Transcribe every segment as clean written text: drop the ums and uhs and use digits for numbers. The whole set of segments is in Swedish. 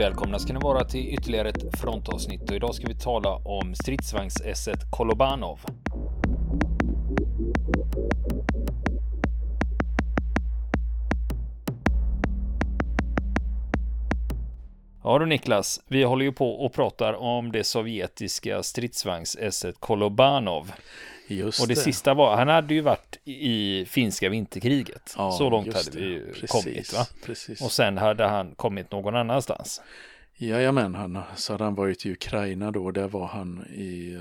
välkomna ska ni vara till ytterligare ett frontavsnitt och idag ska vi tala om stridsvagnsesset Kolobanov. Ja du Niklas, vi håller ju på och pratar om det sovjetiska stridsvagnsesset Kolobanov. Just och det sista var, han hade ju varit i finska vinterkriget. Ja, så långt just hade vi ju Precis, kommit va? Precis. Och sen hade han kommit någon annanstans. Jajamän, så hade han varit i Ukraina då. Där var han i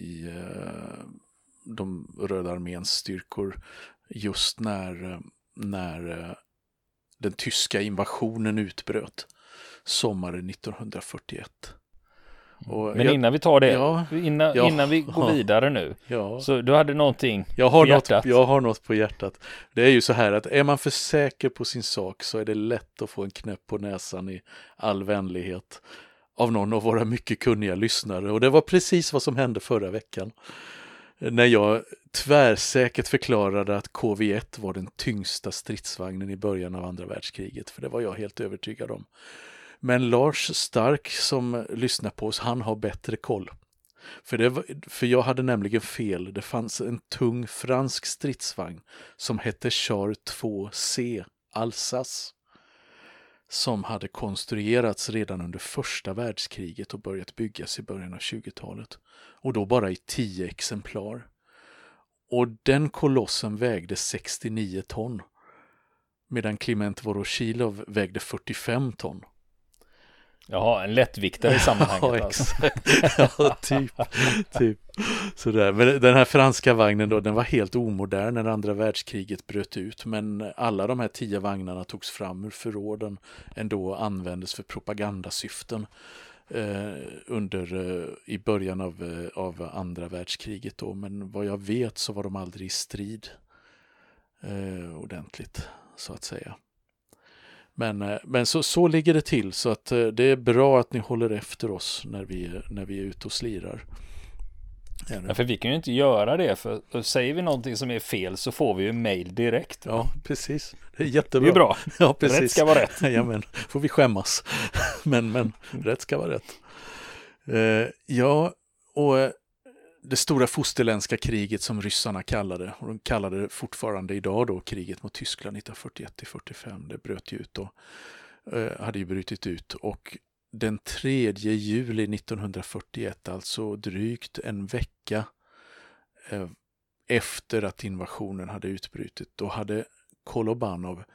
de Röda arméns styrkor just när den tyska invasionen utbröt sommaren 1941. Men innan vi tar det, Ja, innan vi går vidare nu, så du hade någonting jag har på hjärtat. Jag har något på hjärtat. Det är ju så här att är man för säker på sin sak så är det lätt att få en knäpp på näsan i all vänlighet av någon av våra mycket kunniga lyssnare. Och det var precis vad som hände förra veckan. När jag tvärsäkert förklarade att KV-1 var den tyngsta stridsvagnen i början av andra världskriget. För det var jag helt övertygad om. Men Lars Stark som lyssnar på oss, han har bättre koll. För jag hade nämligen fel. Det fanns en tung fransk stridsvagn som hette Char 2C Alsace. Som hade konstruerats redan under första världskriget och börjat byggas i början av 20-talet. Och då bara i 10 exemplar. Och den kolossen vägde 69 ton. Medan Kliment Voroshilov vägde 45 ton. Jaha, en lättviktare i sammanhanget. Ja, exakt. Ja, typ. Sådär. Men den här franska vagnen då, den var helt omodern när andra världskriget bröt ut. Men alla de här 10 vagnarna togs fram ur förråden ändå och användes för propagandasyften i början av andra världskriget då. Men vad jag vet så var de aldrig i strid ordentligt, så att säga. Men så ligger det till, så att det är bra att ni håller efter oss när vi är ute och slirar. Ja, för vi kan ju inte göra det, för säger vi någonting som är fel så får vi ju mail direkt. Ja, precis. Det är jättebra. Det är bra. Ja, precis. Rätt ska vara rätt. Ja, men får vi skämmas. Men rätt ska vara rätt. Och det stora fosterländska kriget som ryssarna kallade, och de kallade det fortfarande idag då, kriget mot Tyskland 1941-45, det bröt ju ut då, hade ju brutit ut, och den 3 juli 1941, alltså drygt en vecka efter att invasionen hade utbrutit, då hade Kolobanov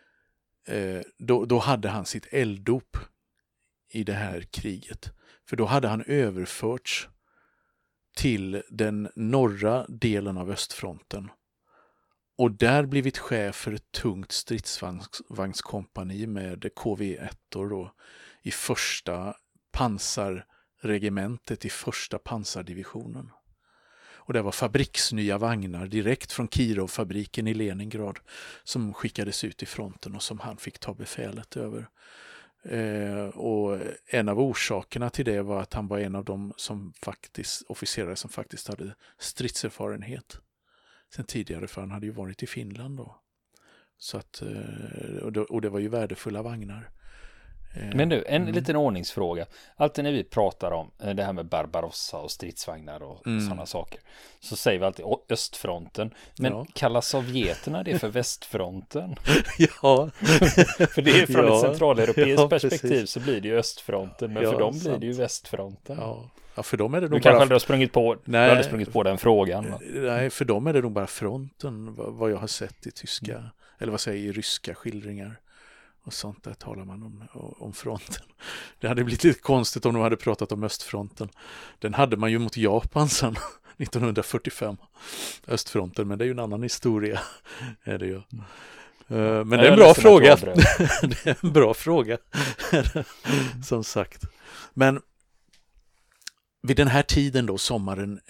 då hade han sitt elddop i det här kriget, för då hade han överförts till den norra delen av östfronten och där blivit chef för ett tungt stridsvagnskompani med KV-1 då i första pansarregementet i första pansardivisionen. Och det var fabriksnya vagnar direkt från Kirov-fabriken i Leningrad som skickades ut i fronten och som han fick ta befälet över. Och en av orsakerna till det var att han var en av de officerare som faktiskt hade stridserfarenhet sen tidigare, för han hade ju varit i Finland då. Så att, och det var ju värdefulla vagnar. Men nu, en liten ordningsfråga. Alltid när vi pratar om det här med Barbarossa och stridsvagnar och sådana saker, så säger vi alltid östfronten. Men kallar sovjeterna det för västfronten? Ja. För det är från ett centraleuropeiskt perspektiv, precis. Så blir det ju östfronten, men för dem blir det ju västfronten. Ja, för dem är det nog du kanske aldrig har sprungit på den frågan. Nej, för dem är det nog bara fronten, vad jag har sett i tyska, eller vad säger i ryska skildringar. Och sånt där talar man om fronten. Det hade blivit lite konstigt om de hade pratat om östfronten. Den hade man ju mot Japan sedan 1945. Östfronten, men det är ju en annan historia. Är det ju. Men det är en bra fråga. Det är en bra fråga. Som sagt. Men vid den här tiden då, sommaren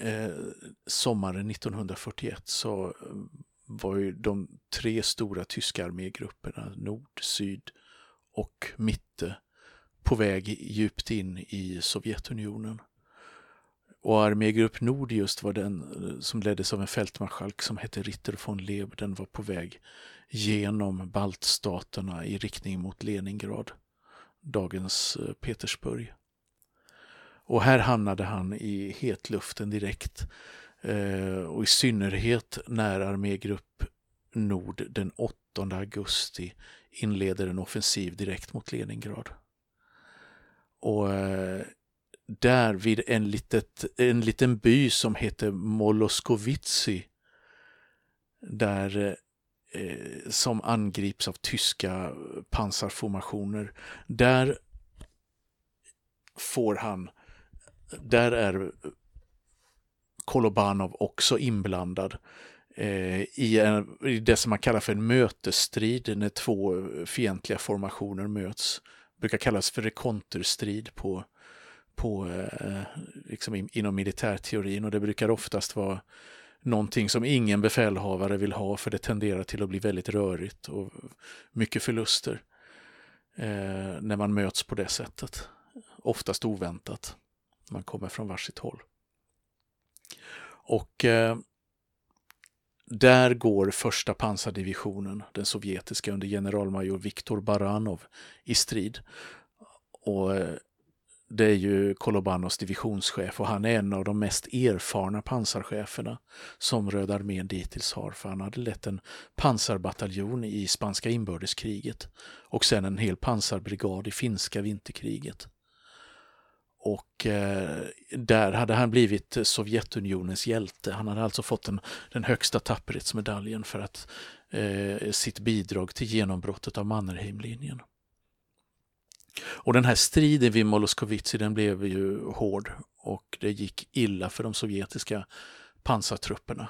1941, så var ju de 3 stora tyska armégrupperna, nord, syd och mitte, på väg djupt in i Sovjetunionen. Och armégrupp nord just var den som leddes av en fältmarskalk som hette Ritter von Leeb. Den var på väg genom baltstaterna i riktning mot Leningrad. dagens Petersburg. Och här hamnade han i hetluften direkt, och i synnerhet när armégrupp Nord den 8 augusti inleder en offensiv direkt mot Leningrad. Och där vid en liten by som heter Moloskovitsi, där som angrips av tyska pansarformationer, där är Kolobanov också inblandad i det som man kallar för en mötesstrid, när två fientliga formationer möts. Det brukar kallas för rekonterstrid liksom inom militärteorin, och det brukar oftast vara någonting som ingen befälhavare vill ha, för det tenderar till att bli väldigt rörigt och mycket förluster när man möts på det sättet. Oftast oväntat. Man kommer från varsitt håll. Och där går första pansardivisionen, den sovjetiska, under generalmajor Viktor Baranov i strid. Och det är ju Kolobanovs divisionschef, och han är en av de mest erfarna pansarcheferna som Röda armén dittills har, för han hade lett en pansarbataljon i spanska inbördeskriget och sen en hel pansarbrigad i finska vinterkriget. Och där hade han blivit Sovjetunionens hjälte. Han hade alltså fått den högsta tapperhetsmedaljen för sitt bidrag till genombrottet av Mannerheimlinjen. Och den här striden vid Moloskovitsi, den blev ju hård, och det gick illa för de sovjetiska pansartrupperna.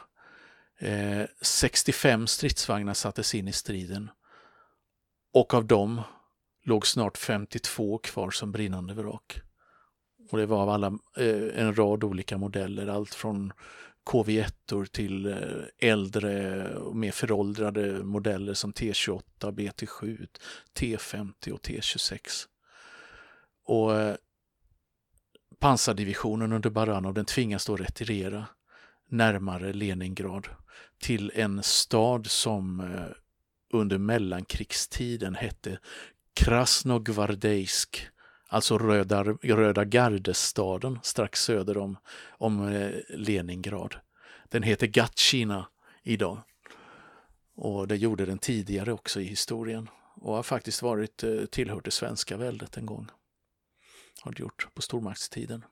65 stridsvagnar sattes in i striden, och av dem låg snart 52 kvar som brinnande vrak. Och det var av en rad olika modeller, allt från KV-1 till äldre och mer föråldrade modeller som T28, BT7, T50 och T26. Och pansardivisionen under Baranov, den tvingas då retirera närmare Leningrad till en stad som under mellankrigstiden hette Krasnogvardejsk, alltså Röda gardestaden strax söder om Leningrad. Den heter Gatchina idag, och det gjorde den tidigare också i historien, och har faktiskt tillhört det svenska väldet en gång. Har det gjort på stormaktstiden.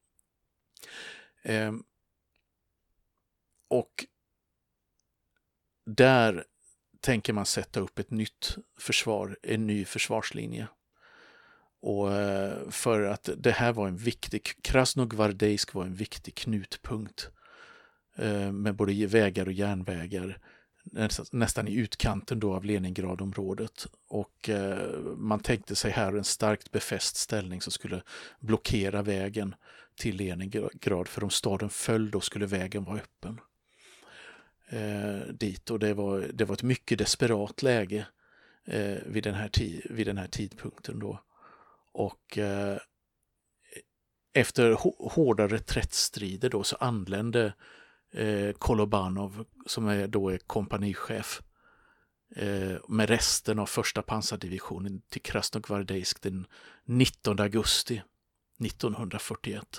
Och där tänker man sätta upp ett nytt försvar, en ny försvarslinje. Och för att det här var Krasnogvardejsk var en viktig knutpunkt med både vägar och järnvägar nästan i utkanten då av Leningradområdet, och man tänkte sig här en starkt befäst ställning som skulle blockera vägen till Leningrad, för om staden föll då skulle vägen vara öppen dit, och det var ett mycket desperat läge vid den här tidpunkten då. Och efter hårda reträttstrider då så anlände Kolobanov, som då är kompanichef, med resten av första pansardivisionen till Krasnogvardejsk den 19 augusti 1941.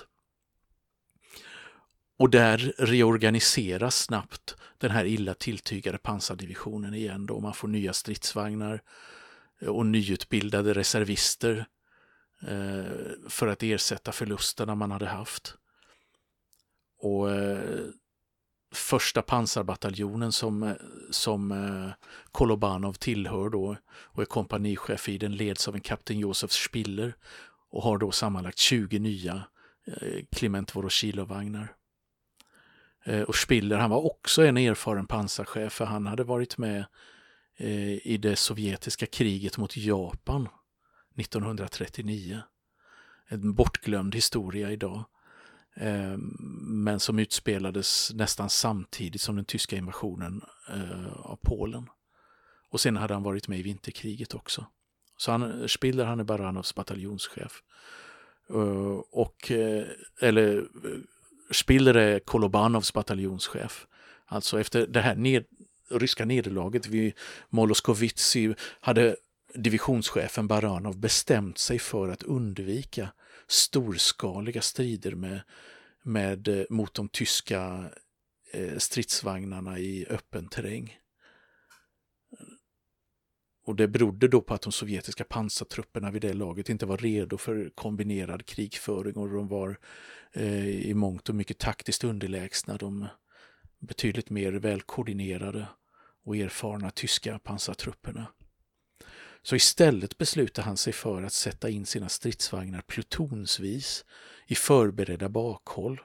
Och där reorganiseras snabbt den här illa tilltygade pansardivisionen igen då. Man får nya stridsvagnar och nyutbildade reservister för att ersätta förlusterna man hade haft. Och första pansarbataljonen som Kolobanov tillhör då och är kompanichef i, den leds av en kapten Josef Spiller och har då sammanlagt 20 nya Kliment Voroshilov-vagnar. Och Spiller, han var också en erfaren pansarchef, för han hade varit med i det sovjetiska kriget mot Japan 1939. En bortglömd historia idag, men som utspelades nästan samtidigt som den tyska invasionen av Polen. Och sen hade han varit med i vinterkriget också. Så Spiller, han är Baranovs bataljonschef. Spiller är Kolobanovs bataljonschef. Alltså efter det här ryska nederlaget vid Moloskovitsi hade divisionschefen Baranov bestämt sig för att undvika storskaliga strider mot de tyska stridsvagnarna i öppen terräng. Och det berodde då på att de sovjetiska pansartrupperna vid det laget inte var redo för kombinerad krigföring, och de var i mångt och mycket taktiskt underlägsna de betydligt mer välkoordinerade och erfarna tyska pansartrupperna. Så istället beslutade han sig för att sätta in sina stridsvagnar plutonsvis i förberedda bakhåll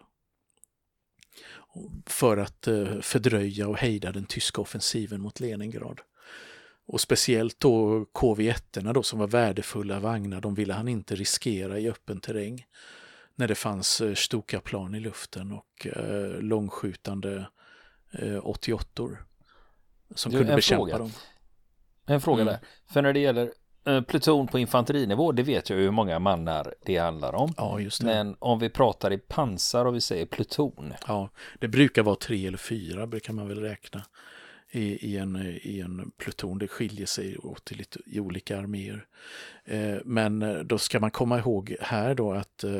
för att fördröja och hejda den tyska offensiven mot Leningrad. Och speciellt då KV-1-erna då, som var värdefulla vagnar, de ville han inte riskera i öppen terräng när det fanns Stuka-plan i luften och långskjutande 88-or som kunde bekämpa dem. En fråga där. För när det gäller pluton på infanterinivå, det vet jag ju hur många mannar det handlar om. Ja, just det. Men om vi pratar i pansar och vi säger pluton. Ja, det brukar vara 3 eller 4 brukar man väl räkna i en pluton. Det skiljer sig åt i olika arméer. Men då ska man komma ihåg här då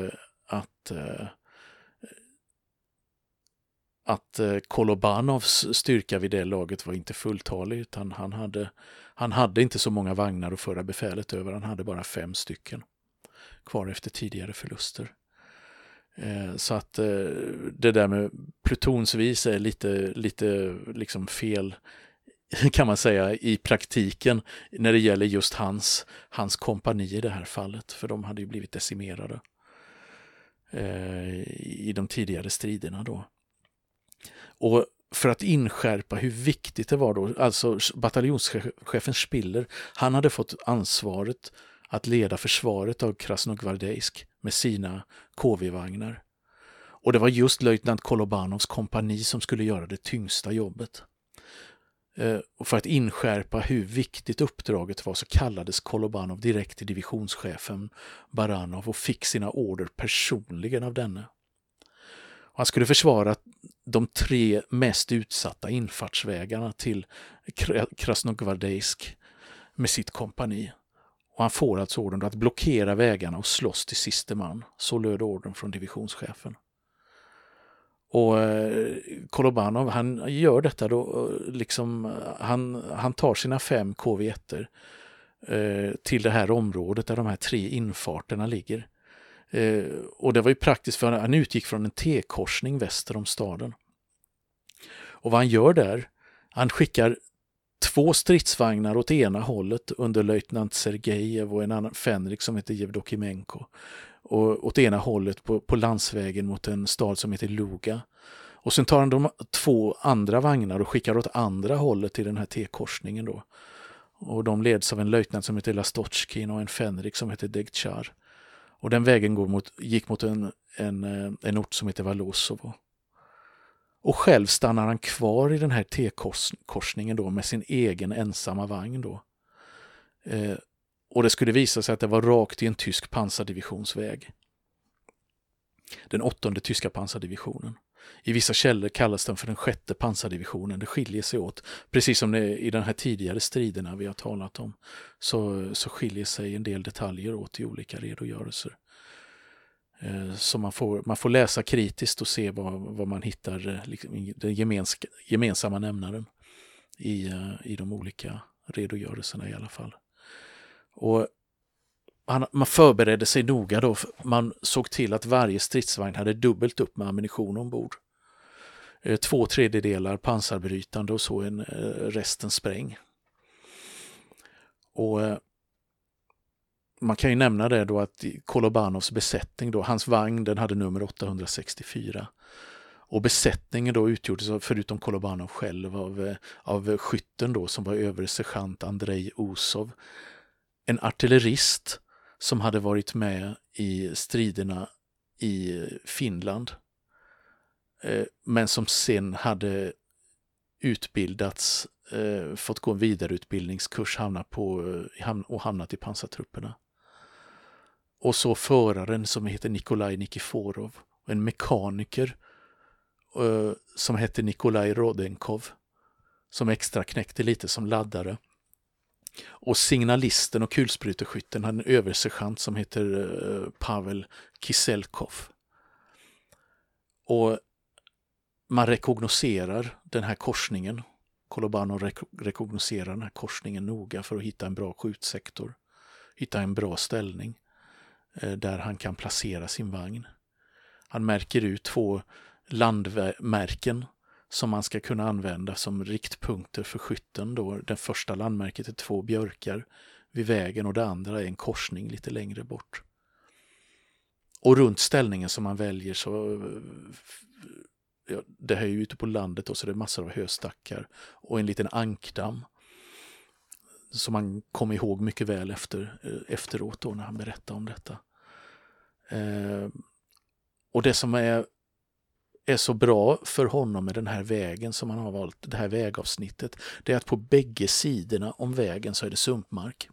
att Kolobanovs styrka vid det laget var inte fulltalig, utan han hade inte så många vagnar att föra befälet över. Han hade bara 5 stycken kvar efter tidigare förluster. Så att det där med plutonsvis är lite liksom fel, kan man säga, i praktiken när det gäller just hans kompani i det här fallet, för de hade ju blivit decimerade i de tidigare striderna då. Och för att inskärpa hur viktigt det var då, alltså bataljonschefen Spiller, han hade fått ansvaret att leda försvaret av Krasnogvardejsk med sina KV-vagnar. Och det var just löjtnant Kolobanovs kompani som skulle göra det tyngsta jobbet. Och för att inskärpa hur viktigt uppdraget var så kallades Kolobanov direkt till divisionschefen Baranov och fick sina order personligen av denne. Han skulle försvara de 3 mest utsatta infartsvägarna till Krasnogvardejsk med sitt kompani. Och han får alltså ordern att blockera vägarna och slåss till siste man. Så löd ordern från divisionschefen. Och Kolobanov, han gör detta då, liksom, han tar sina 5 KV-1 till det här området där de här 3 infarterna ligger. Och det var ju praktiskt, för han utgick från en T-korsning väster om staden. Och vad han gör där, han skickar 2 stridsvagnar åt ena hållet under löjtnant Sergejev och en annan Fenrik som heter Jevdokimenko, och åt ena hållet på landsvägen mot en stad som heter Luga. Och sen tar han de 2 andra vagnar och skickar åt andra hållet till den här T-korsningen då. Och de leds av en löjtnant som heter Lastochkin och en Fenrik som heter Degchar. Och den vägen gick mot en ort som heter Valosovo. Och själv stannar han kvar i den här T-korsningen då med sin egen ensamma vagn då. Och det skulle visa sig att det var rakt i en tysk pansardivisionsväg. Den 8:e tyska pansardivisionen. I vissa källor kallas den för den 6:e pansardivisionen. Det skiljer sig åt. Precis som i den här tidigare striderna vi har talat om, så skiljer sig en del detaljer åt i olika redogörelser. Så man får läsa kritiskt och se vad man hittar, liksom, den gemensamma nämnaren i de olika redogörelserna i alla fall. Och man förberedde sig noga då. Man såg till att varje stridsvagn hade dubbelt upp med ammunition ombord. 2/3 pansarbrytande och så resten spräng. Och man kan ju nämna det då att Kolobanovs besättning då, hans vagn, den hade nummer 864. Och besättningen då utgjordes förutom Kolobanov själv av skytten då som var översergeant Andrei Osov, en artillerist som hade varit med i striderna i Finland men som sen hade utbildats, fått gå en vidareutbildningskurs, hamnat i pansartrupperna. Och så föraren som heter Nikolaj Nikiforov, och en mekaniker som heter Nikolaj Rodenkov som extra knäckte lite som laddare. Och signalisten och kulspruterskytten hade en översergeant som heter Pavel Kiselkov. Och man rekognoserar den här korsningen. Kolobanov rekognoserar den här korsningen noga för att hitta en bra skjutsektor. Hitta en bra ställning där han kan placera sin vagn. Han märker ut 2 landmärken som man ska kunna använda som riktpunkter för skytten. Då. Det första landmärket är 2 björkar vid vägen och det andra är en korsning lite längre bort. Och runt ställningen som man väljer så, ja, det här är ju ute på landet och så det är massor av höstackar och en liten ankdamm som man kommer ihåg mycket väl efteråt då när han berättar om detta. Och det som är så bra för honom med den här vägen som han har valt, det här vägavsnittet, det är att på bägge sidorna om vägen så är det sumpmark.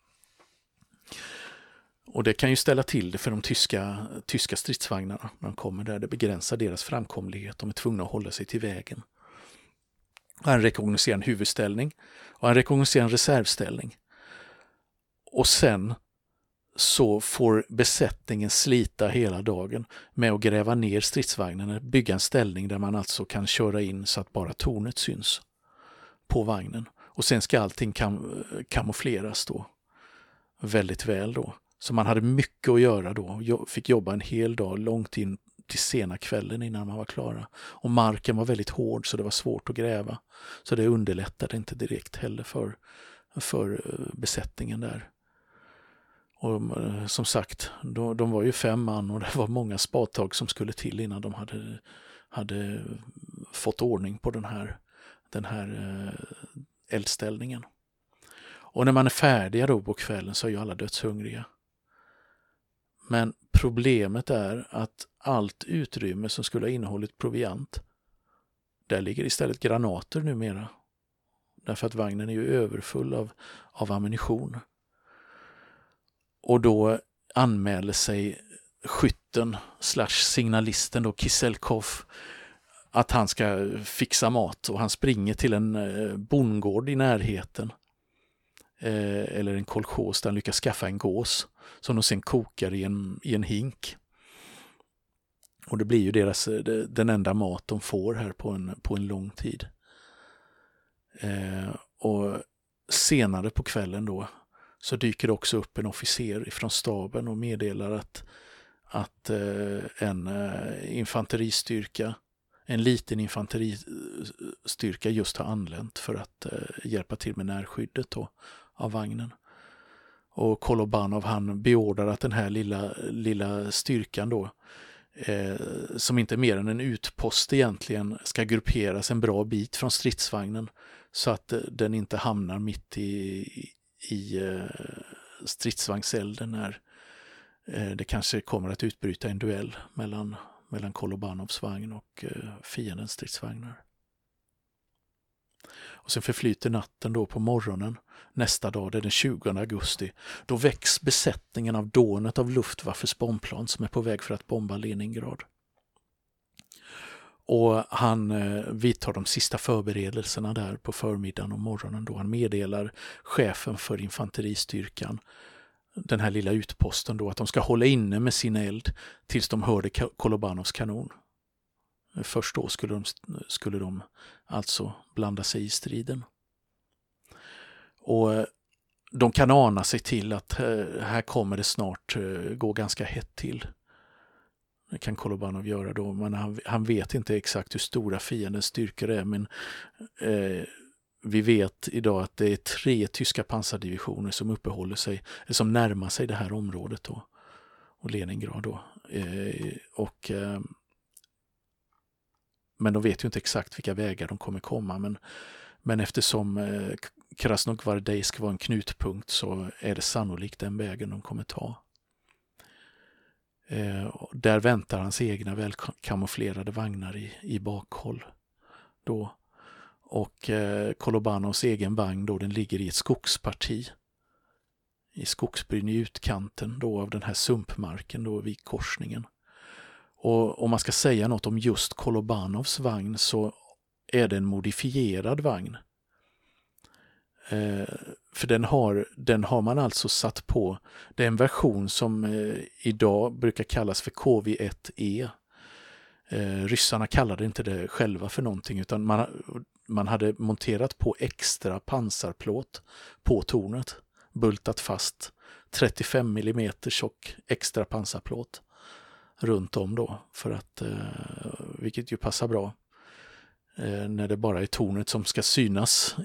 Och det kan ju ställa till det för de tyska stridsvagnarna när de kommer där. Det begränsar deras framkomlighet. De är tvungna att hålla sig till vägen. Han rekognoserar en huvudställning och han rekognoserar en reservställning. Och sen så får besättningen slita hela dagen med att gräva ner stridsvagnarna, bygga en ställning där man alltså kan köra in så att bara tornet syns på vagnen. Och sen ska allting kamoufleras då väldigt väl då. Så man hade mycket att göra då. Fick jobba en hel dag långt in till sena kvällen innan man var klara. Och marken var väldigt hård så det var svårt att gräva. Så det underlättade inte direkt heller för besättningen där. Och som sagt, de var ju 5 man och det var många spadtag som skulle till innan de hade fått ordning på den här eldställningen. Och när man är färdiga då på kvällen så är ju alla dödshungriga. Men problemet är att allt utrymme som skulle ha innehållit proviant, där ligger istället granater numera. Därför att vagnen är ju överfull av ammunition. Och då anmäler sig skytten / signalisten då Kiselkov att han ska fixa mat och han springer till en bondgård i närheten. Eller en kolchos där han lyckas skaffa en gås som de sen kokar i en hink. Och det blir ju den enda mat de får här på en lång tid. Och senare på kvällen då så dyker det också upp en officer från staben och meddelar att en infanteristyrka, en liten infanteristyrka just har anlänt för att hjälpa till med närskyddet då av vagnen. Och Kolobanov han beordrar att den här lilla styrkan då som inte är mer än en utpost egentligen ska grupperas en bra bit från stridsvagnen så att den inte hamnar mitt i stridsvagnselden när det kanske kommer att utbryta en duell mellan Kolobanovs vagn och fiendens stridsvagnar. Och sen förflyter natten då på morgonen nästa dag, det är den 20 augusti. Då väcks besättningen av dånet av Luftwaffes bombplan som är på väg för att bomba Leningrad. Och han vidtar de sista förberedelserna där på förmiddagen och morgonen då han meddelar chefen för infanteristyrkan, den här lilla utposten då, att de ska hålla inne med sin eld tills de hörde Kolobanovs kanon. Först då skulle de alltså blanda sig i striden. Och de kan ana sig till att här kommer det snart gå ganska hett till. Det kan Kolobanov göra då, men han vet inte exakt hur stora fiendens styrkor är, men vi vet idag att det är 3 tyska pansardivisioner som uppehåller sig, som närmar sig det här området då, och Leningrad då. Men de vet ju inte exakt vilka vägar de kommer komma, men eftersom Krasnogvardejsk var en knutpunkt så är det sannolikt den vägen de kommer ta. Där väntar hans egna välkamouflerade vagnar i bakhåll då. Och Kolobanovs egen vagn då, den ligger i ett skogsparti i skogsbryn i utkanten då av den här sumpmarken då vid korsningen. Och om man ska säga något om just Kolobanovs vagn så är det en modifierad vagn. För den har man alltså satt på. Det är en version som idag brukar kallas för KV1E. Ryssarna kallade inte det själva för någonting, utan man hade monterat på extra pansarplåt på tornet, bultat fast 35 mm tjock extra pansarplåt runt om då, för att, vilket ju passar bra när det bara är tornet som ska synas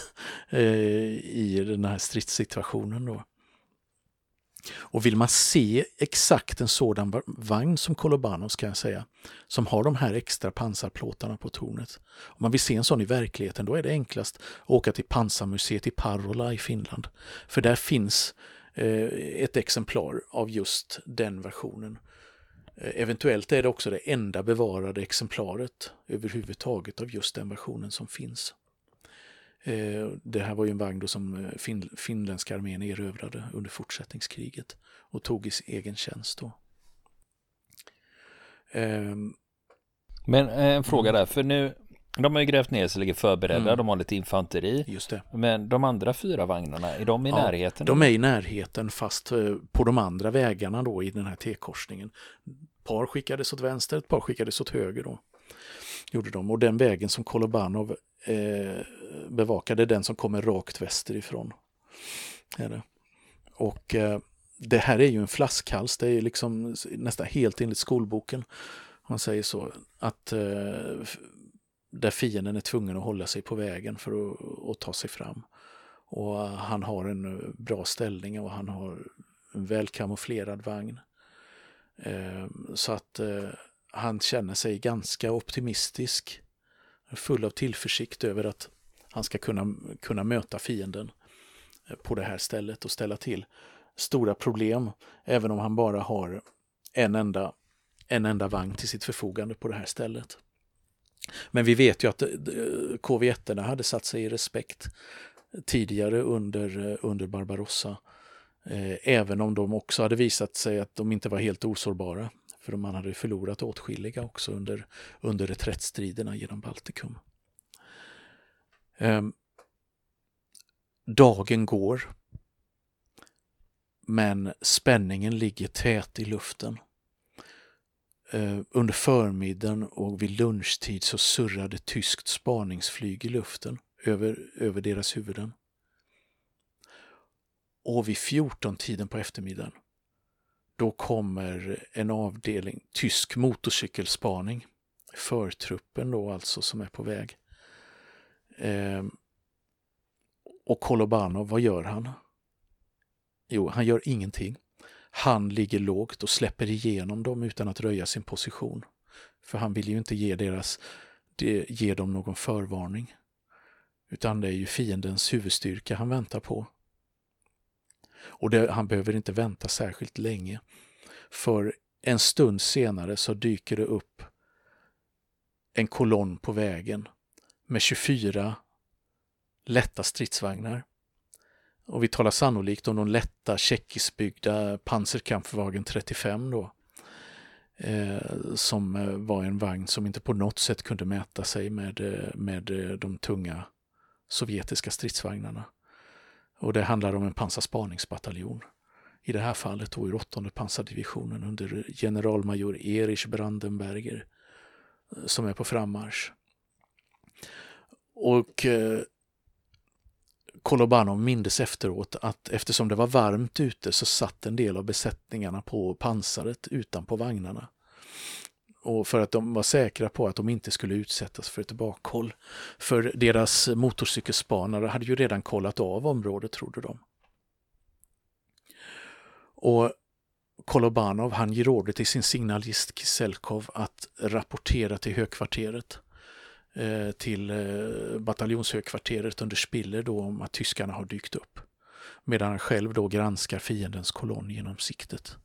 i den här stridssituationen då. Och vill man se exakt en sådan vagn som Kolobanov, ska jag säga, som har de här extra pansarplåtarna på tornet. Om man vill se en sån i verkligheten, då är det enklast att åka till pansarmuseet i Parola i Finland. För där finns ett exemplar av just den versionen. Eventuellt är det också det enda bevarade exemplaret överhuvudtaget av just den versionen som finns. Det här var ju en vagn då som finländska armén erövrade under fortsättningskriget och tog i egen tjänst då. Men en fråga där, för nu de har ju grävt ner sig, ligger förberedda, de har lite infanteri. Just det. Men de andra 4 vagnarna, är de i närheten? De är i närheten, fast på de andra vägarna då i den här T-korsningen. Ett par skickades åt vänster, ett par skickades åt höger då. Gjorde de. Och den vägen som Kolobanov bevakade, den som kommer rakt västerifrån. Är det. Och det här är ju en flaskhals, det är liksom nästan helt enligt skolboken. Man säger så, att där fienden är tvungen att hålla sig på vägen för att ta sig fram. Och han har en bra ställning och han har en välkamouflerad vagn. Så att han känner sig ganska optimistisk, full av tillförsikt över att han ska kunna möta fienden på det här stället och ställa till stora problem, även om han bara har en enda vagn till sitt förfogande på det här stället. Men vi vet ju att KV1-erna hade satt sig i respekt tidigare under Barbarossa, även om de också hade visat sig att de inte var helt osårbara, för man hade förlorat åtskilliga också under reträttstriderna genom Baltikum. Dagen går, men spänningen ligger tät i luften. Under förmiddagen och vid lunchtid så surrade tyskt spaningsflyg i luften över deras huvuden. Och vid 14-tiden på eftermiddagen, då kommer en avdelning tysk motorcykelspaning, förtruppen då alltså, som är på väg. Och Kolobanov, vad gör han? Jo, han gör ingenting. Han ligger lågt och släpper igenom dem utan att röja sin position. För han vill ju inte ge dem någon förvarning. Utan det är ju fiendens huvudstyrka han väntar på. Och han behöver inte vänta särskilt länge. För en stund senare så dyker det upp en kolonn på vägen med 24 lätta stridsvagnar. Och vi talar sannolikt om de lätta tjeckisbyggda Panzerkampfwagen 35 då. Som var en vagn som inte på något sätt kunde mäta sig med de tunga sovjetiska stridsvagnarna. Och det handlar om en pansarspaningsbataljon. I det här fallet då ur 8:e pansardivisionen under generalmajor Erich Brandenberger som är på frammarsch. Och Kolobanov mindes efteråt att eftersom det var varmt ute så satt en del av besättningarna på pansaret utanpå vagnarna. Och för att de var säkra på att de inte skulle utsättas för ett bakhåll. För deras motorcykelspanare hade ju redan kollat av området, trodde de. Och Kolobanov, han ger order till sin signalist Kiselkov att rapportera till högkvarteret. Till bataljonshögkvarteret under Spiller då, om att tyskarna har dykt upp. Medan han själv då granskar fiendens kolonn genom siktet.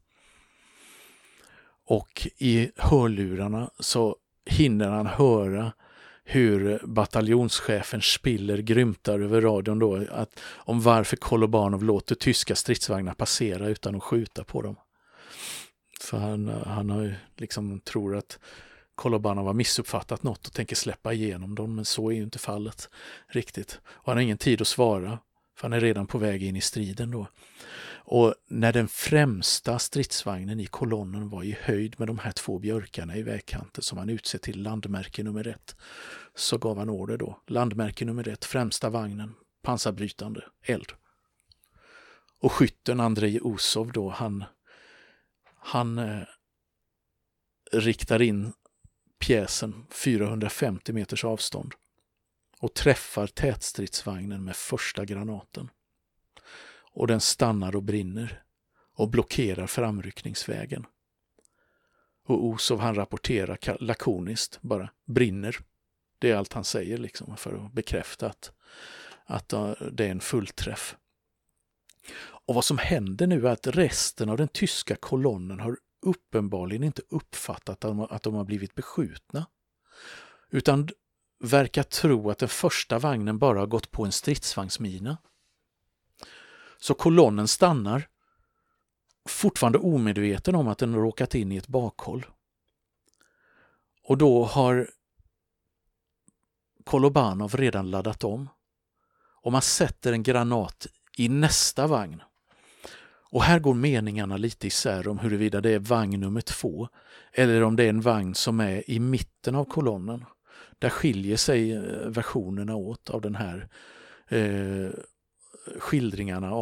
Och i hörlurarna så hinner han höra hur bataljonschefen Spiller grymtar över radion då om varför Kolobanov låter tyska stridsvagnar passera utan att skjuta på dem. För han har liksom tror att Kolobanov har missuppfattat något och tänker släppa igenom dem, men så är ju inte fallet riktigt. Och han har ingen tid att svara, För han är redan på väg in i striden då. Och när den främsta stridsvagnen i kolonnen var i höjd med de här 2 björkarna i vägkanten som han utsett till landmärke nummer 1, så gav han order då. Landmärke nummer 1, främsta vagnen, pansarbrytande, eld. Och skytten Andrei Osov då, han riktar in pjäsen 450 meters avstånd och träffar tätstridsvagnen med första granaten. Och den stannar och brinner och blockerar framryckningsvägen. Och Osov han rapporterar lakoniskt bara brinner. Det är allt han säger liksom för att bekräfta att det är en fullträff. Och vad som händer nu är att resten av den tyska kolonnen har uppenbarligen inte uppfattat att de har blivit beskjutna. Utan verkar tro att den första vagnen bara har gått på en stridsvagnsmina. Så kolonnen stannar, fortfarande omedveten om att den råkat in i ett bakhåll. Och då har Kolobanov redan laddat om. Och man sätter en granat i nästa vagn. Och här går meningarna lite isär om huruvida det är vagn nummer 2 eller om det är en vagn som är i mitten av kolonnen. Där skiljer sig versionerna åt av den här skildringarna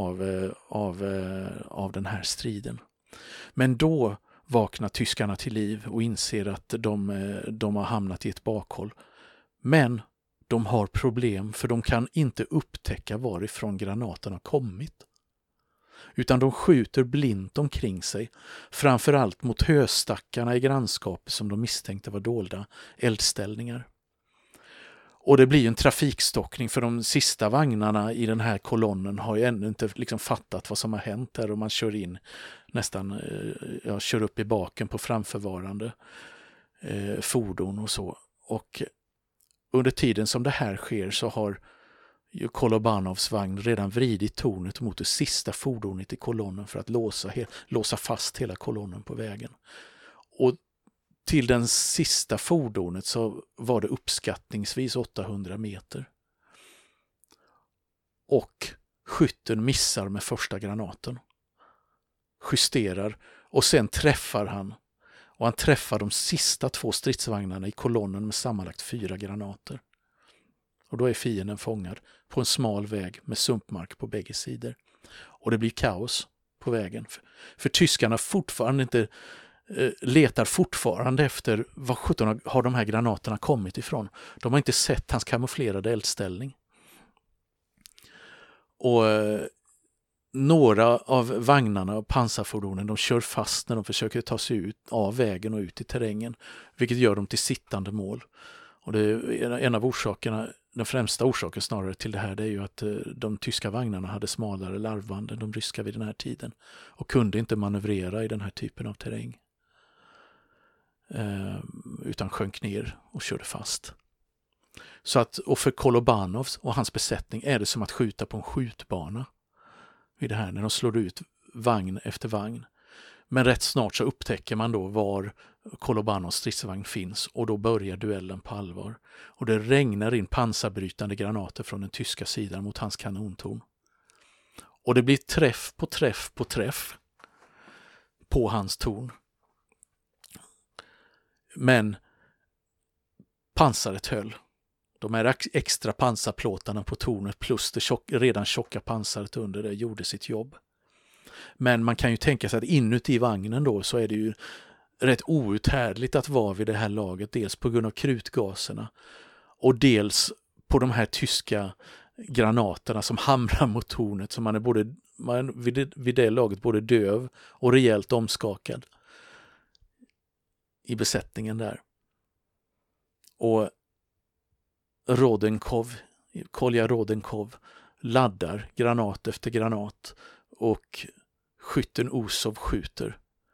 av den här striden. Men då vaknar tyskarna till liv och inser att de har hamnat i ett bakhåll. Men de har problem för de kan inte upptäcka varifrån granaten har kommit. Utan de skjuter blint omkring sig, framförallt mot höstackarna i grannskapet som de misstänkte var dolda eldställningar. Och det blir en trafikstockning för de sista vagnarna i den här kolonnen har ju ännu inte liksom fattat vad som har hänt där och man kör in nästan, kör upp i baken på framförvarande fordon och så. Och under tiden som det här sker så har ju Kolobanovs vagn redan vridit tornet mot det sista fordonet i kolonnen för att låsa fast hela kolonnen på vägen. Och till den sista fordonet så var det uppskattningsvis 800 meter. Och skytten missar med första granaten. Justerar och sen träffar han. Och han träffar de sista 2 stridsvagnarna i kolonnen med sammanlagt 4 granater. Och då är fienden fångad på en smal väg med sumpmark på bägge sidor. Och det blir kaos på vägen. För tyskarna fortfarande inte letar fortfarande efter var 17 har de här granaterna kommit ifrån. De har inte sett hans kamouflerade eldställning. Och några av vagnarna och pansarfordonen de kör fast när de försöker ta sig ut av vägen och ut i terrängen. Vilket gör dem till sittande mål. Och det är en av orsakerna, den främsta orsaken snarare till det här, det är ju att de tyska vagnarna hade smalare larvband än de ryska vid den här tiden. Och kunde inte manövrera i den här typen av terräng. Utan sjönk ner och körde fast. Så att, och för Kolobanovs och hans besättning är det som att skjuta på en skjutbana vid det här när de slår ut vagn efter vagn. Men rätt snart så upptäcker man då var Kolobanovs stridsvagn finns och då börjar duellen på allvar. Och det regnar in pansarbrytande granater från den tyska sidan mot hans kanontorn. Och det blir träff på träff på träff på hans torn. Men pansaret höll. De här extra pansarplåtarna på tornet plus det redan tjocka pansaret under det gjorde sitt jobb. Men man kan ju tänka sig att inuti vagnen då så är det ju rätt outhärdligt att vara vid det här laget. Dels på grund av krutgaserna och dels på de här tyska granaterna som hamrar mot tornet. Så man är vid det laget både döv och rejält omskakad i besättningen där. Och Kolja Rodenkov laddar granat efter granat och skytten Osov skjuter.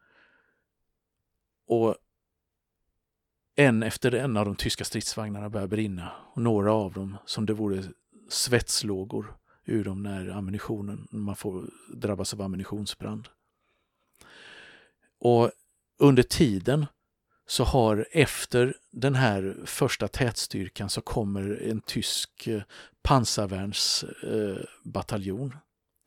Och en efter en av de tyska stridsvagnarna börjar brinna och några av dem som det vore svetslågor ur dem när man får drabbas av ammunitionsbrand. Och under tiden så har efter den här första tätstyrkan så kommer en tysk pansarvärnsbataljon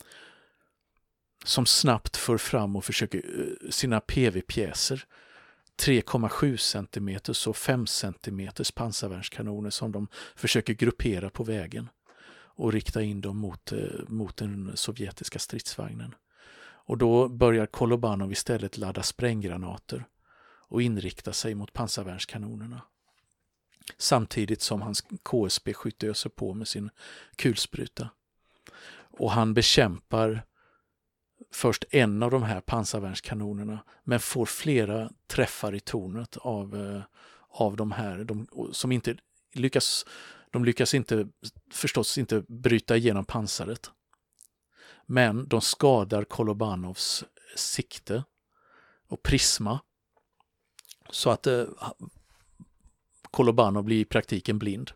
som snabbt för fram och försöker sina PV-pjäser. 3,7 cm och 5 cm pansarvärnskanoner som de försöker gruppera på vägen och rikta in dem mot den sovjetiska stridsvagnen. Och då börjar Kolobanov istället ladda spränggranater och inrikta sig mot pansarvärnskanonerna. Samtidigt som hans KSB-skytt öser på med sin kulspruta. Och han bekämpar först en av de här pansarvärnskanonerna men får flera träffar i tornet av de här som inte lyckas. De lyckas förstås inte bryta igenom pansaret. Men de skadar Kolobanovs sikte och prisma så att Kolobanov blir i praktiken blind.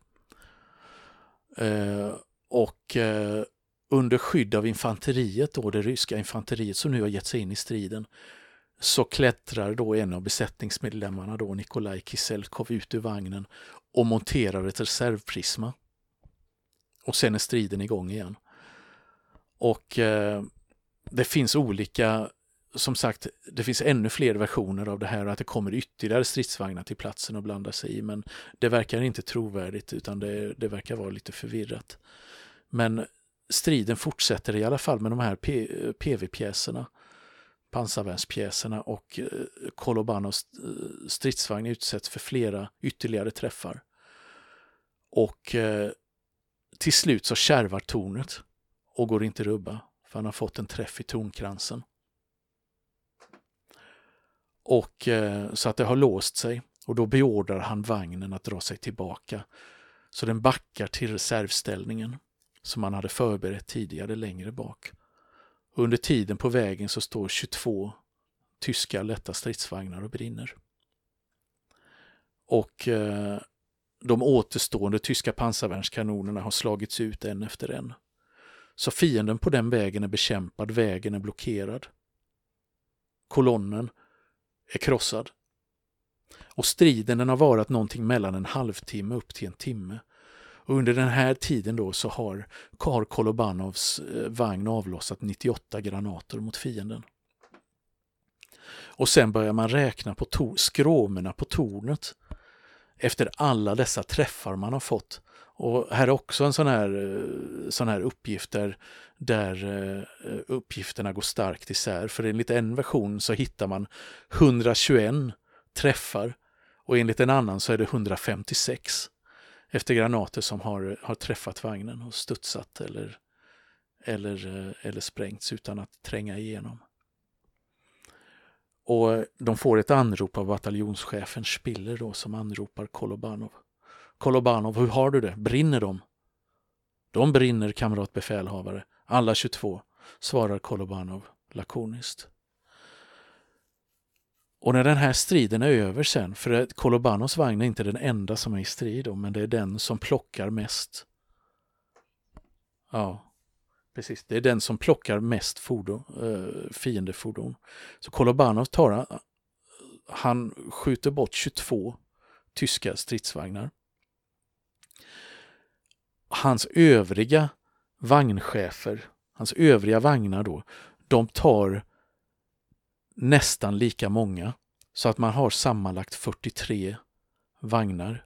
Under skydd av infanteriet, det ryska infanteriet som nu har gett sig in i striden, så klättrar då en av besättningsmedlemmarna, Nikolaj Kiselkov, ut ur vagnen och monterar ett reservprisma. Och sen är striden igång igen. Och det finns som sagt, det finns ännu fler versioner av det här och att det kommer ytterligare stridsvagnar till platsen och blandar sig i, men det verkar inte trovärdigt utan det verkar vara lite förvirrat. Men striden fortsätter i alla fall med de här PV-pjäserna, pansarvärnspjäserna, och Kolobanovs stridsvagn utsätts för flera ytterligare träffar. Och till slut så kärvar tornet och går inte rubba för han har fått en träff i tornkransen. Och så att det har låst sig och då beordrar han vagnen att dra sig tillbaka. Så den backar till reservställningen som man hade förberett tidigare längre bak. Och under tiden på vägen så står 22 tyska lätta stridsvagnar och brinner. Och de återstående tyska pansarvärnskanonerna har slagits ut en efter en. Så fienden på den vägen är bekämpad, vägen är blockerad. Kolonnen är krossad. Och striden den har varit någonting mellan en halvtimme upp till en timme. Och under den här tiden då så har Kolobanovs vagn avlossat 98 granater mot fienden. Och sen börjar man räkna på skråmorna på tornet efter alla dessa träffar man har fått. Och här är också en sån här uppgift där uppgifterna går starkt isär. För enligt en version så hittar man 121 träffar och enligt en annan så är det 156 efter granater som har träffat vagnen och studsat eller sprängts utan att tränga igenom. Och de får ett anrop av bataljonschefen Spiller då, som anropar Kolobanov. Kolobanov, hur har du det? Brinner de? De brinner, kamratbefälhavare. Alla 22, svarar Kolobanov lakoniskt. Och när den här striden är över sen, för Kolobanovs vagn är inte den enda som är i strid då, men det är den som plockar mest. Ja, precis. Det är den som plockar mest fiendefordon. Så Kolobanov han skjuter bort 22 tyska stridsvagnar. Hans övriga vagnchefer, hans övriga vagnar då, de tar nästan lika många, så att man har sammanlagt 43 vagnar.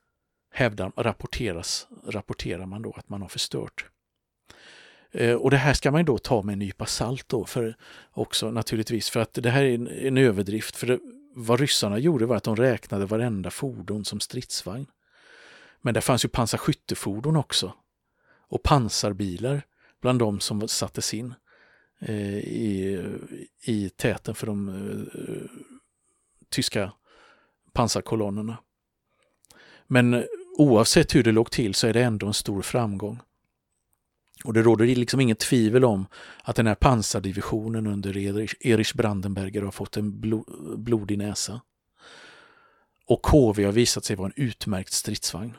Rapporterar man då att man har förstört. Och det här ska man då ta med en nypa salt då, för också naturligtvis, för att det här är en överdrift. För vad ryssarna gjorde var att de räknade varenda fordon som stridsvagn. Men det fanns ju pansarskyttefordon också. Och pansarbilar bland de som sattes in i täten för de tyska pansarkolonnerna. Men oavsett hur det låg till så är det ändå en stor framgång. Och det råder liksom inget tvivel om att den här pansardivisionen under Erich Brandenberger har fått en blodig näsa. Och KV har visat sig vara en utmärkt stridsvagn.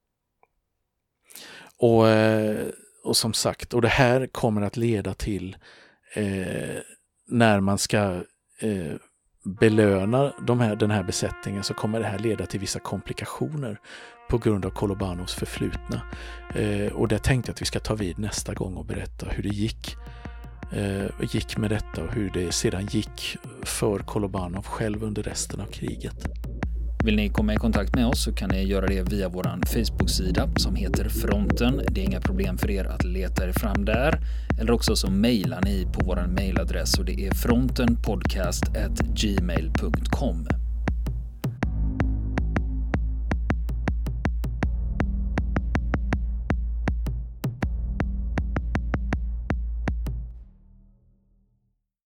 Och som sagt, och det här kommer att leda till när man ska belönar den här besättningen så kommer det här leda till vissa komplikationer på grund av Kolobanovs förflutna. Och det tänkte jag att vi ska ta vid nästa gång och berätta hur det gick med detta och hur det sedan gick för Kolobanov själv under resten av kriget. Vill ni komma i kontakt med oss så kan ni göra det via vår Facebook-sida som heter Fronten. Det är inga problem för er att leta er fram där. Eller också så mejlar ni på vår mejladress och det är frontenpodcast@gmail.com.